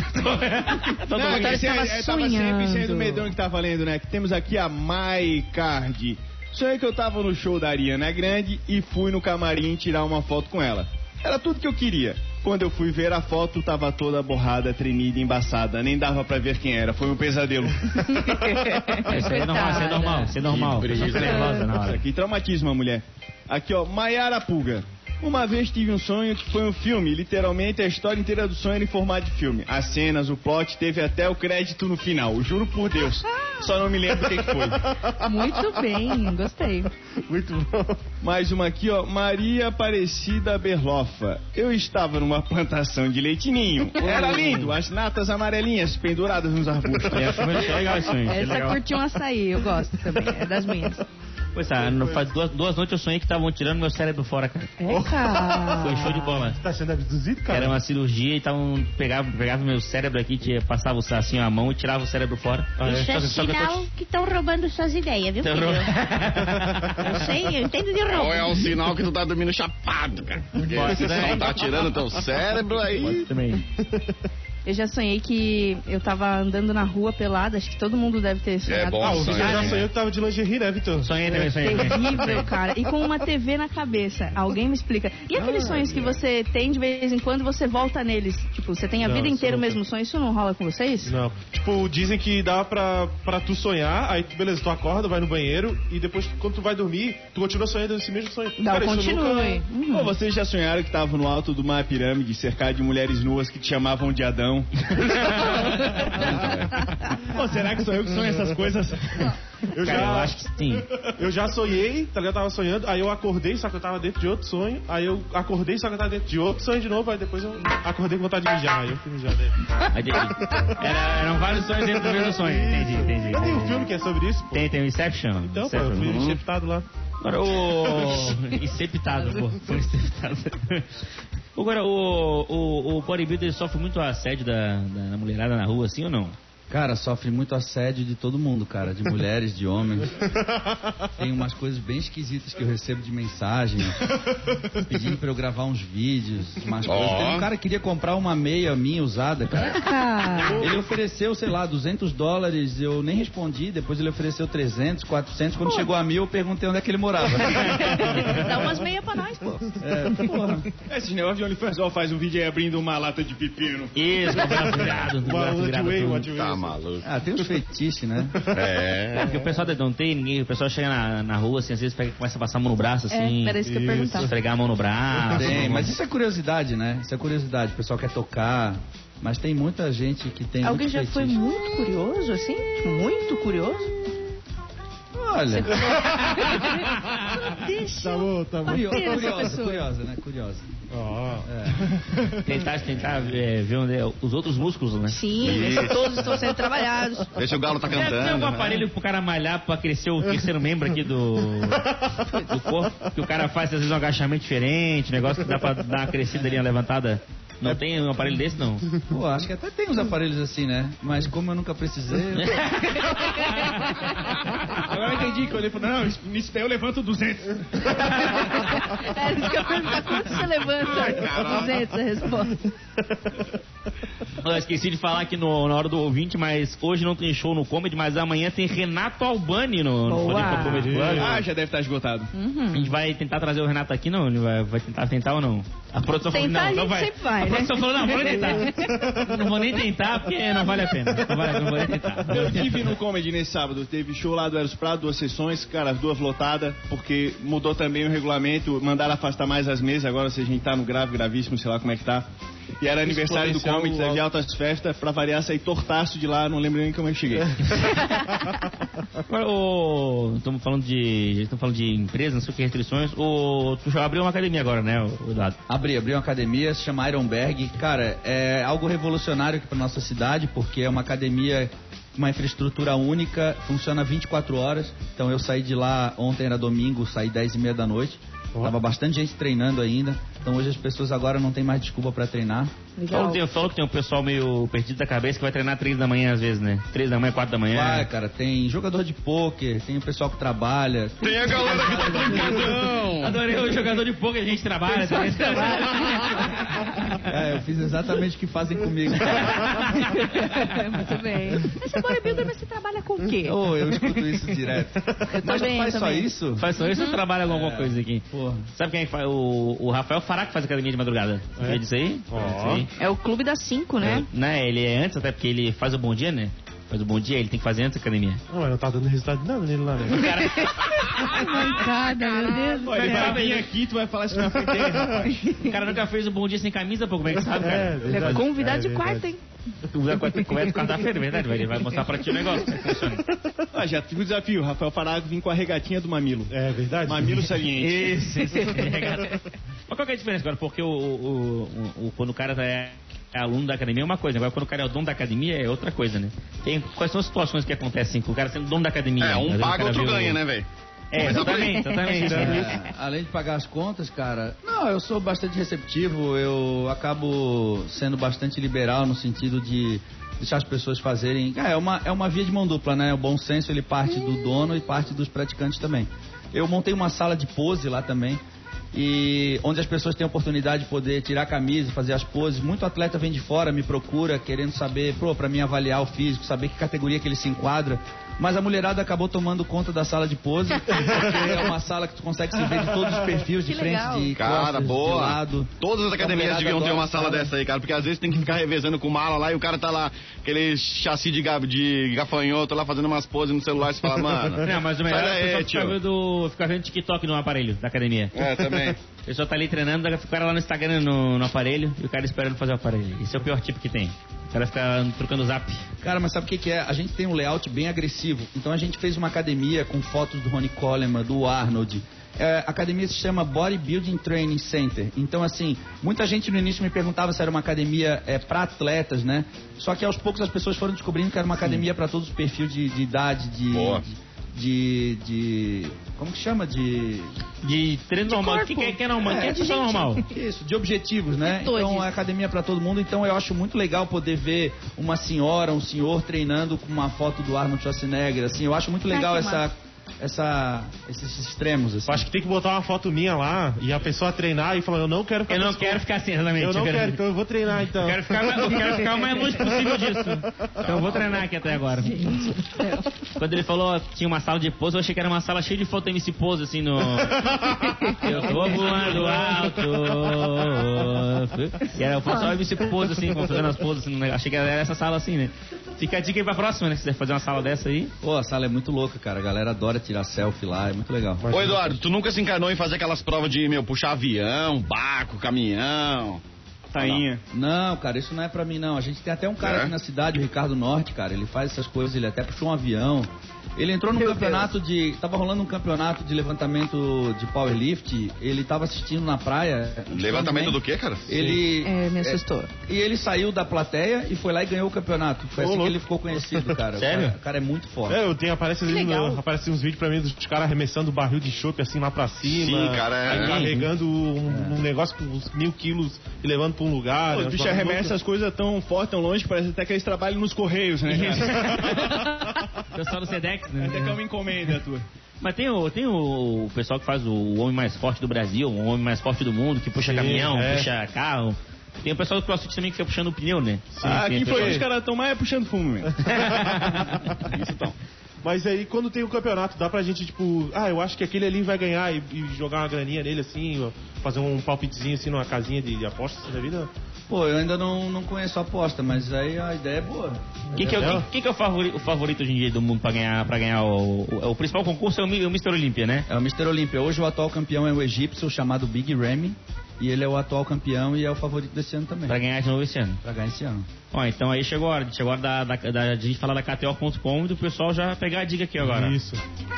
sempre sendo o medão que tá valendo, né? Que temos aqui a My Card. Sonhei que eu tava no show da Ariana Grande e fui no camarim tirar uma foto com ela. Era tudo que eu queria. Quando eu fui ver a foto, tava toda borrada, tremida, embaçada. Nem dava pra ver quem era. Foi um pesadelo. Isso aí é normal. Você é nervosa na hora. Que traumatismo, a mulher. Aqui, ó, Maiara Puga. Uma vez tive um sonho que foi um filme, literalmente a história inteira do sonho era em formato de filme. As cenas, o plot, teve até o crédito no final, juro por Deus. Só não me lembro o que foi. Muito bem, gostei. Muito bom. Mais uma aqui, ó. Maria Aparecida Berlofa. Eu estava numa plantação de leitinho. Era lindo, as natas amarelinhas penduradas nos arbustos. É legal isso aí. Essa curtiu um açaí, eu gosto também, é das minhas. Pois tá, faz duas noites eu sonhei que estavam tirando meu cérebro fora, cara. Cara. Foi show de bola. Tá sendo abduzido, cara? Era uma cirurgia e pegava meu cérebro aqui, passava assim a mão e tirava o cérebro fora. Isso é sinal que estão roubando suas ideias, viu, filho? Eu sei, eu entendo de roubo. Ou é um sinal que tu tá dormindo chapado, cara. Porque se só tá tirando teu cérebro, aí... Também. Eu já sonhei que eu tava andando na rua pelada, acho que todo mundo deve ter sonhado. É bom Ah, o Vitor sonhar, já né? sonhou que tava de lingerie, né, Vitor? Sonhei também. Terrível, cara. E com uma TV na cabeça. Alguém me explica. E aqueles sonhos que você tem de vez em quando, você volta neles? Tipo, você tem a Não, vida isso inteira o nunca. mesmo sonho? Isso não rola com vocês? Não. Tipo, dizem que dá pra tu sonhar, aí beleza, tu acorda, vai no banheiro e depois, quando tu vai dormir, tu continua sonhando esse mesmo sonho. Dá, Cara, isso continue. nunca- Pô, vocês já sonharam que estavam no alto de uma pirâmide, cercado de mulheres nuas que te chamavam de Adão? Pô, será que sou eu que sonho essas coisas? Eu Cara, eu já, acho que sim. eu já sonhei, tá ligado? Eu tava sonhando, aí eu acordei, só que eu tava dentro de outro sonho, aí eu acordei, só que eu tava dentro de outro sonho de novo, aí depois eu acordei com vontade de mijar, aí eu fui mijar daí. Aí eram vários sonhos dentro do mesmo sonho. Entendi. Mas tem um filme que é sobre isso, pô. Tem o Inception. Então, pô, eu fui inceptado lá. Agora o. Inceptado, pô. Foi inceptado. Agora, o bodybuilder sofre muito assédio da mulherada na rua, assim ou não? Cara, sofre muito assédio de todo mundo, cara. De mulheres, de homens. Tem umas coisas bem esquisitas que eu recebo de mensagem. Pedindo pra eu gravar uns vídeos, umas coisas. Tem um cara que queria comprar uma meia minha usada, cara. Ele ofereceu, sei lá, $200. Eu nem respondi. Depois ele ofereceu 300, 400. Quando chegou a 1.000, eu perguntei onde é que ele morava. Dá umas meias pra nós, pô. É, porra. Esses negócios de OnlyFans, ó, faz um vídeo aí abrindo uma lata de pepino. Isso, com o braço virado. Tá maluco. Ah, tem uns feitiços, né? É. Porque o pessoal não tem ninguém, o pessoal chega na rua, assim, às vezes começa a passar a mão no braço, assim. Era isso que eu ia perguntar. Esfregar a mão no braço. Tem, mas isso é curiosidade, né? Isso é curiosidade. O pessoal quer tocar. Mas tem muita gente que tem. Alguém muito já foi feitiço. muito curioso, assim? Tipo, muito curioso? Olha. Deixa Tá bom, tá bom. Curiosa, né? Curiosa. Ó. Tentar ver onde é os outros músculos, né? Sim, esses todos estão sendo trabalhados. Deixa o galo tá Tem cantando. algum né? aparelho pro cara malhar pra crescer o terceiro membro aqui do corpo? Que o cara faz às vezes um agachamento diferente, negócio que dá pra dar uma crescida ali, uma levantada. Não tem um aparelho desse, não? Pô, acho que até tem uns aparelhos assim, né? Mas como eu nunca precisei. Agora eu entendi que eu olhei e falei, não, nisso daí eu levanto 200. É isso que eu ia perguntar, quanto você levanta? 200 a resposta. Eu esqueci de falar aqui na hora do ouvinte, mas hoje não tem show no Comedy, mas amanhã tem Renato Albani no Boa. Comedy Club. Ah, já deve estar esgotado. A gente vai tentar trazer o Renato aqui, não? Ele vai tentar ou não? A produção falou, Tentar, não a gente vai. sempre vai, A né? produção falou, não, vou nem tentar. Não vou nem tentar, porque não vale a pena. Não vou nem tentar. Eu tive no Comedy nesse sábado, teve show lá do Eros Prado, 2 sessões, cara, as 2 lotadas, porque mudou também o regulamento, mandaram afastar mais as mesas, agora se a gente tá no gravíssimo, sei lá como é que tá. E era aniversário do Comedy, teve altas festas, pra variar, sair tortaço de lá, não lembro nem como eu cheguei. Agora, estamos falando de empresas, não sei o que, restrições. Tu já abriu uma academia agora, né, Eduardo? Abri uma academia, se chama Ironberg. Cara, é algo revolucionário aqui pra nossa cidade, porque é uma academia com uma infraestrutura única, funciona 24 horas. Então eu saí de lá, ontem era domingo, saí 10h30 da noite. Tava bastante gente treinando ainda. Então hoje as pessoas agora não tem mais desculpa pra treinar. Falou que tem um pessoal meio perdido da cabeça que vai treinar 3 da manhã às vezes, né? 3 da manhã, 4 da manhã. Vai, cara, tem jogador de pôquer, tem o pessoal que trabalha. Tem a galera que tá brincadão. Adorei o jogador de pôquer, a gente trabalha. É, eu fiz exatamente o que fazem comigo. Muito bem. Mas você é bodybuilder, mas você trabalha com o quê? Oh, eu escuto isso direto. Mas também, não faz só também. isso? Faz só isso ou trabalha com alguma coisa aqui? Porra. Sabe quem faz? O Rafael Fará que faz academia de madrugada. Sabia disso aí? Ó. Isso aí. É o clube das 5, né? Né? Ele é antes, até porque ele faz o Bom Dia, né? Faz o bom dia, ele tem que fazer antes da academia. Não, mas não tá dando resultado de nada nele lá, né? O cara... Mancada, meu Deus do Ele vai céu. vir aqui, tu vai falar isso na frente dele, rapaz. O cara nunca fez o bom dia sem camisa, pô, como é que sabe, cara? verdade. Convidado de verdade. quarta, hein? Começa quarta-feira, verdade? Ele vai mostrar pra ti o negócio, como é que funciona. Já tive o desafio, Rafael Farago vir com a regatinha do mamilo. É verdade? Mamilo saliente. Isso. Mas qual que é a diferença agora? Porque quando o cara é aluno da academia é uma coisa, agora quando o cara é o dono da academia é outra coisa, né? Quais são as situações que acontecem com o cara sendo dono da academia? Um Às vezes paga, o cara outro vê ganha, né, velho? Exatamente. Além de pagar as contas, cara, não, eu sou bastante receptivo, eu acabo sendo bastante liberal no sentido de deixar as pessoas fazerem. É uma via de mão dupla, né? O bom senso ele parte do dono e parte dos praticantes também. Eu montei uma sala de pose lá também, e onde as pessoas têm a oportunidade de poder tirar a camisa, fazer as poses. Muito atleta vem de fora, me procura, querendo saber, pra mim avaliar o físico, saber que categoria que ele se enquadra. Mas a mulherada acabou tomando conta da sala de pose, porque é uma sala que tu consegue se ver de todos os perfis, de frente, de Cara, costas, boa. de lado. Todas as academias deviam ter uma sala dessa aí, cara, porque às vezes tem que ficar revezando com mala lá e o cara tá lá, aquele chassi de gafanhoto lá, fazendo umas poses no celular e você fala, mano... Não, mas o melhor é o pessoal ficar vendo TikTok no aparelho da academia. Também. O pessoal tá ali treinando, o cara lá no Instagram no aparelho e o cara esperando fazer o aparelho. Esse é o pior tipo que tem. O cara fica trocando zap. Cara, mas sabe o que é? A gente tem um layout bem agressivo. Então a gente fez uma academia com fotos do Ronnie Coleman, do Arnold. A academia se chama Bodybuilding Training Center. Então, assim, muita gente no início me perguntava se era uma academia para atletas, né? Só que aos poucos as pessoas foram descobrindo que era uma academia para todos os perfis de idade, como que chama? De treino normal. O que é normal? O que é de normal? Isso, de objetivos, né? Então é academia para todo mundo. Então eu acho muito legal poder ver uma senhora, um senhor treinando com uma foto do Arnold Schwarzenegger, assim. Eu acho muito legal esses extremos, assim. Eu acho que tem que botar uma foto minha lá e a pessoa treinar e falar, eu não quero ficar... Eu não quero ficar assim, exatamente. Eu não quero, então eu vou treinar, então. Eu quero ficar o mais longe possível disso. Então eu vou treinar aqui até agora. Quando ele falou tinha uma sala de pose, eu achei que era uma sala cheia de foto MC Pose, assim, no... Eu tô voando alto. E era o pessoal MC Pose, assim, fazendo as poses, assim, achei que era essa sala assim, né? Fica a dica aí pra próxima, né? Se quiser fazer uma sala dessa aí. Pô, a sala é muito louca, cara. A galera adora tirar selfie lá, é muito legal. Ô, Eduardo, tu nunca se encarnou em fazer aquelas provas de, puxar avião, barco, caminhão? Tainha. Não, cara, isso não é pra mim, não. A gente tem até um cara aqui na cidade, o Ricardo Norte, cara. Ele faz essas coisas, ele até puxou um avião. Ele entrou num campeonato de... Tava rolando um campeonato de levantamento de powerlift. Ele tava assistindo na praia. Levantamento do quê, cara? Ele... me assustou. E ele saiu da plateia e foi lá e ganhou o campeonato. Foi assim que ele ficou conhecido, cara. Sério? O cara é muito forte. Aparece uns vídeos pra mim dos caras arremessando barril de chope assim lá pra cima. Sim, cara, aí carregando um negócio com uns 1000 quilos e levando pra um lugar. Os bichos arremessam as coisas tão forte, tão longe, parece até que eles trabalham nos Correios, né, cara? O pessoal do Sedex, né? Até que é uma encomenda tua. Mas tem o pessoal que faz o homem mais forte do Brasil, o homem mais forte do mundo, que puxa caminhão, puxa carro. Tem o pessoal do CrossFit também que fica puxando o pneu, né? Aqui foi os caras estão mais puxando fumo, mesmo. Isso, então. Mas aí quando tem o campeonato, dá pra gente, tipo, eu acho que aquele ali vai ganhar e jogar uma graninha nele, assim, fazer um palpitezinho assim numa casinha de apostas assim, da vida? Pô, eu ainda não conheço a aposta, mas aí a ideia é boa. Quem que é o favorito hoje em dia do mundo pra ganhar o principal concurso é o Mr. Olympia, né? É o Mr. Olympia. Hoje o atual campeão é o egípcio chamado Big Ramy. E ele é o atual campeão e é o favorito desse ano também. Pra ganhar de novo esse ano? Pra ganhar esse ano. Ó, então aí chegou a hora de gente falar da KTO.com e do pessoal já pegar a dica aqui agora. Isso.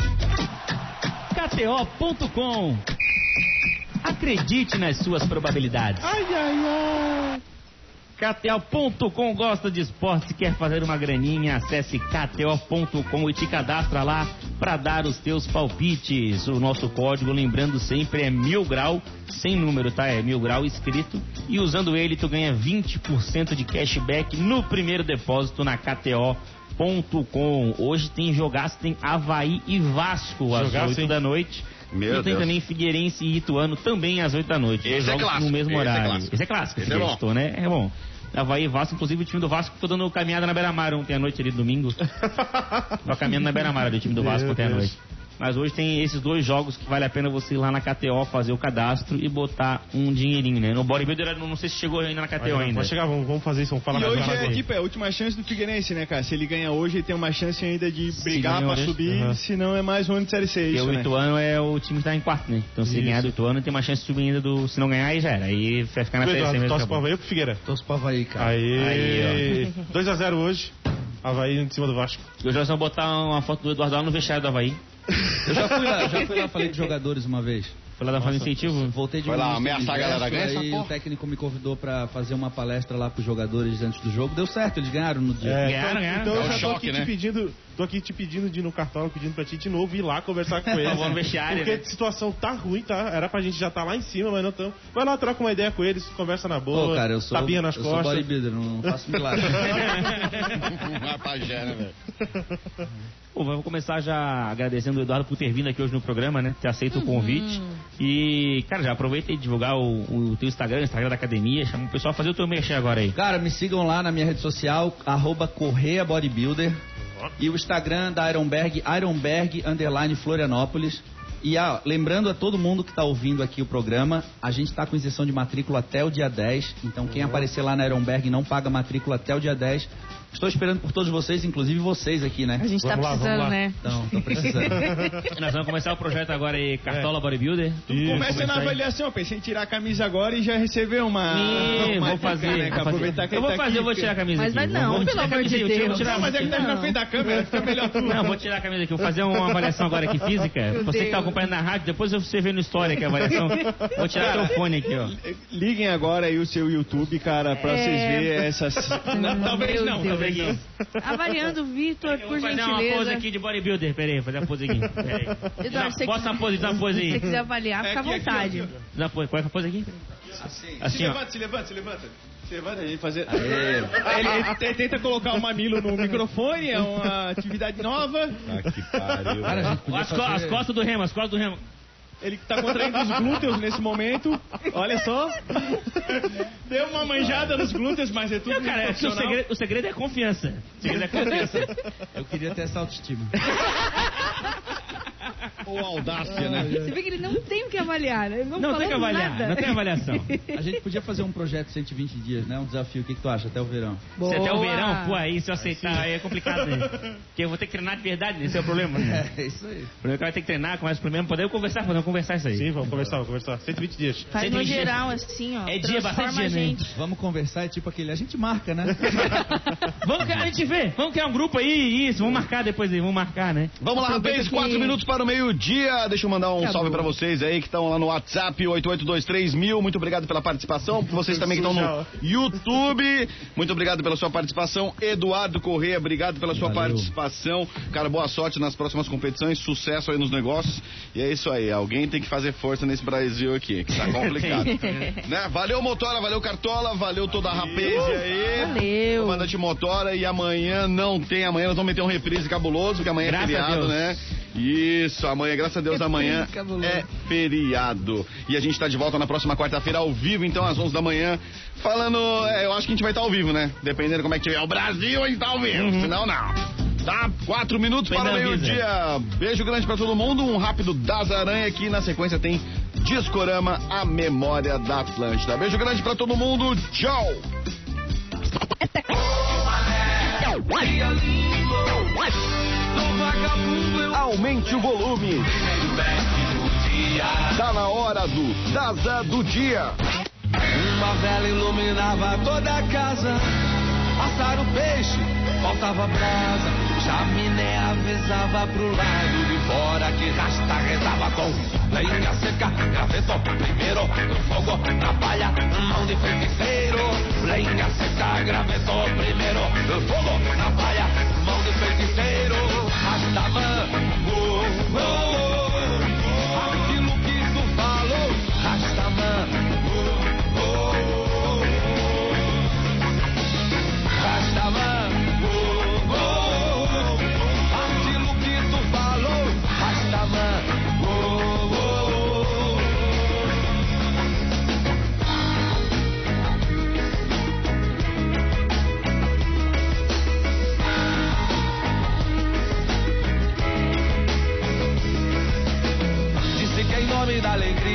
KTO.com. Acredite nas suas probabilidades. Ai, ai, ai. KTO.com gosta de esporte e quer fazer uma graninha? Acesse KTO.com e te cadastra lá para dar os teus palpites. O nosso código, lembrando sempre, é 1000 grau, sem número, tá? É 1000 grau escrito. E usando ele, tu ganha 20% de cashback no primeiro depósito na KTO.com. Hoje tem jogaço, tem Avaí e Vasco às 8 da noite. Meu e tem Deus. também Figueirense e Ituano também às 8 da noite. Esse é clássico. No mesmo horário. Esse é clássico. Esse é bom. Estou, né? É bom. Avaí e Vasco, inclusive o time do Vasco ficou dando caminhada na Beira-Mar ontem à noite ali, domingo. Tava caminhando na Beira-Mar ali, o time do Vasco ontem à noite. Mas hoje tem esses 2 jogos que vale a pena você ir lá na KTO, fazer o cadastro e botar um dinheirinho, né? No Bodybuilder, não sei se chegou ainda na KTO ainda. Pode chegar, vamos fazer isso, vamos falar. E hoje é tipo, a última chance do Figueirense, né, cara? Se ele ganha hoje, ele tem uma chance ainda de brigar pra subir, senão é mais um ano de Série C. Porque o Ituano é o time que tá em quarto, né? Então se ganhar do Ituano, tem uma chance de subir ainda se não ganhar, aí já era. Aí vai ficar na Série C mesmo. Torce pro Avaí ou pro Figueira? Torce pro Avaí, cara. Aí, 2x0 hoje. Avaí em cima do Vasco. E hoje nós vamos botar uma foto do Eduardo lá no vestiário do Avaí. Eu já fui lá, falei com jogadores uma vez. Foi lá da fase incentivo? Voltei de Foi lá ameaçar a galera ganhar essa porra. O técnico me convidou pra fazer uma palestra lá pros jogadores antes do jogo. Deu certo, eles ganharam no dia. Ganharam. Então eu já choque, tô aqui te pedindo de ir no Cartola, pedindo pra ti de novo ir lá conversar com eles. No vestiário, porque né? a situação tá ruim, tá? Era pra gente já tá lá em cima, mas não estamos. Vai lá, troca uma ideia com eles, conversa na boa. Pô, cara, eu sou bodybuilder, não faço milagre. Uma pajé, né, velho? Pô, vamos começar já agradecendo o Eduardo por ter vindo aqui hoje no programa, né? Ter aceito o convite. E, cara, já aproveita e divulgar o teu Instagram, o Instagram da academia. Chama o pessoal a fazer o teu merchan agora aí. Cara, me sigam lá na minha rede social, @Correia Bodybuilder. E o Instagram da Ironberg, Ironberg_Florianópolis. E lembrando a todo mundo que está ouvindo aqui o programa, a gente está com isenção de matrícula até o dia 10. Então quem aparecer lá na Ironberg não paga matrícula até o dia 10. Estou esperando por todos vocês, inclusive vocês aqui, né? A gente tá precisando, né? Então, tô precisando. Nós vamos começar o projeto agora aí, Cartola Bodybuilder. Começa na avaliação, pensei em tirar a camisa agora e já receber uma vou fazer, né? Aproveitar que eu vou tá fazer, aqui, eu vou tirar a camisa mas aqui. Mas não, pelo amor de Deus. Mas é que tá na frente da câmera, fica melhor tudo. Não, vou tirar a camisa aqui, vou fazer uma avaliação agora aqui física. Você que tá acompanhando na rádio, depois você vê no História que é a avaliação. Vou tirar teu fone aqui, ó. Liguem agora aí o seu YouTube, cara, pra vocês verem essas... Talvez não, talvez não. Avaliando o Vitor, por gentileza. Vou fazer uma pose aqui de bodybuilder, peraí, fazer a pose aqui. Eduardo, posta a pose, dá a pose aí. Se você quiser avaliar, fica à vontade. Dá a pose. Qual é a pose aqui? Assim, se levanta. Se levanta, a gente fazer... Ele tenta colocar o mamilo no microfone, é uma atividade nova. Que pariu. Cara, a gente podia As costas do remo, Ele tá contraindo os glúteos nesse momento. Olha só. Deu uma manjada nos glúteos, mas é tudo não, cara, o segredo é confiança. Eu queria ter essa autoestima. Ou audácia, né? Você vê que ele não tem o que avaliar, né? Ele não tem que avaliar, nada. não tem avaliação. A gente podia fazer um projeto de 120 dias, né? Um desafio. O que tu acha? Até o verão. Se até o verão, pô, aí se eu aceitar, aí é complicado, né? Porque eu vou ter que treinar de verdade, esse é o problema, né? É isso aí. O problema é que vai ter que treinar, começa o primeiro, podemos conversar isso aí. Sim, vamos conversar. 120 dias. Faz no geral, assim, ó. É dia, bastante dia, né? Vamos conversar, é tipo aquele... A gente marca, né? A gente vê. Vamos criar um grupo aí, isso. Vamos marcar depois aí, vamos marcar, né? Vamos lá, rapaz, 4 minutos para o meio-dia. Deixa eu mandar um salve para vocês aí que estão lá no WhatsApp, 8823.000. Muito obrigado pela participação. Vocês também que estão no YouTube. Muito obrigado pela sua participação. Eduardo Correia, obrigado pela sua participação. Cara, boa sorte nas próximas competições. Sucesso aí nos negócios. E é isso aí. Alguém tem que fazer força nesse Brasil aqui, que tá complicado. Né? Valeu, Motora. Valeu, Cartola. Valeu toda a rapaz aí. Valeu. Comandante Motora. E amanhã não tem. Amanhã nós vamos meter um reprise cabuloso, porque amanhã é feriado, né? Isso, amanhã, graças a Deus, amanhã é feriado. E a gente tá de volta na próxima quarta-feira ao vivo, então às 11 da manhã, falando, eu acho que a gente vai estar ao vivo, né? Dependendo como é que tiver o Brasil, a gente tá ao vivo, senão não. Tá, 4 minutos para o meio-dia. Beijo grande pra todo mundo, um rápido das aranha aqui, na sequência tem Discorama, a memória da Atlântida. Beijo grande pra todo mundo, tchau! Aumente o volume. Tá na hora do Daza do Dia. Uma vela iluminava toda a casa. Assar o peixe, faltava brasa. Chaminé avisava pro lado de fora que rasta rezava com lenha seca, graveto primeiro, no fogo, na palha, mão de feiticeiro. Lenha seca, graveto primeiro, no fogo, na palha, mão de feiticeiro. Rastaman, aquilo que tu falou, Rastaman, Rastaman, aquilo que tu falou, Rastaman.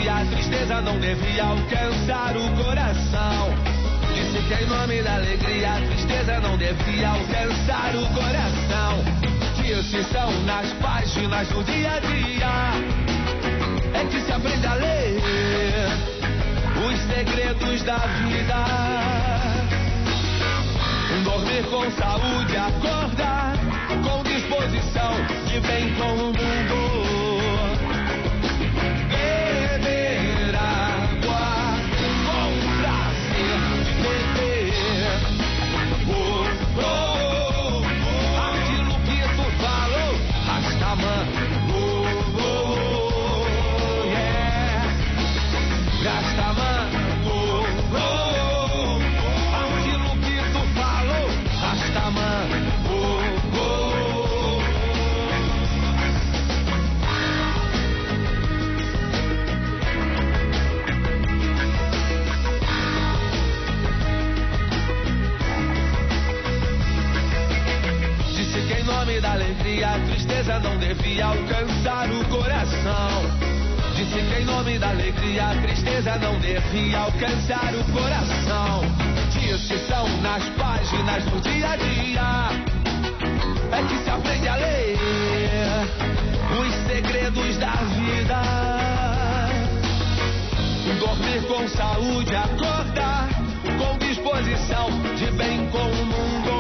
alegria, a tristeza não devia alcançar o coração. Disse que em nome da alegria, a tristeza não devia alcançar o coração. Disse são nas páginas do dia a dia, é que se aprende a ler os segredos da vida. Dormir com saúde, acordar com disposição de bem com o mundo. Beber água com prazer de beber. Aquilo que tu falou, Rastaman. Yeah. Rastaman. Aquilo que tu falou, Rastaman. Da alegria, a tristeza não devia alcançar o coração. Disse que em nome da alegria, a tristeza não devia alcançar o coração. Disse são nas páginas do dia a dia, é que se aprende a ler os segredos da vida. Dormir com saúde, acordar com disposição de bem com o mundo.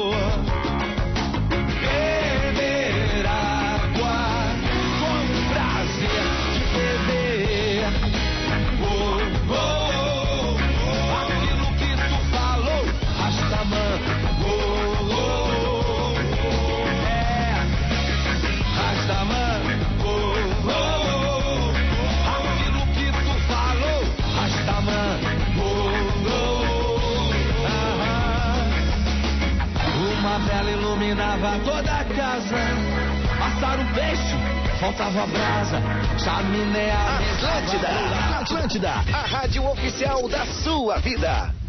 Aquilo que tu falou, Rastaman. Rastaman. Aquilo que tu falou, Rastaman. Uma vela iluminava toda a casa. Assar um peixe, faltava brasa. Chaminé. Atlântida, a rádio oficial da sua vida.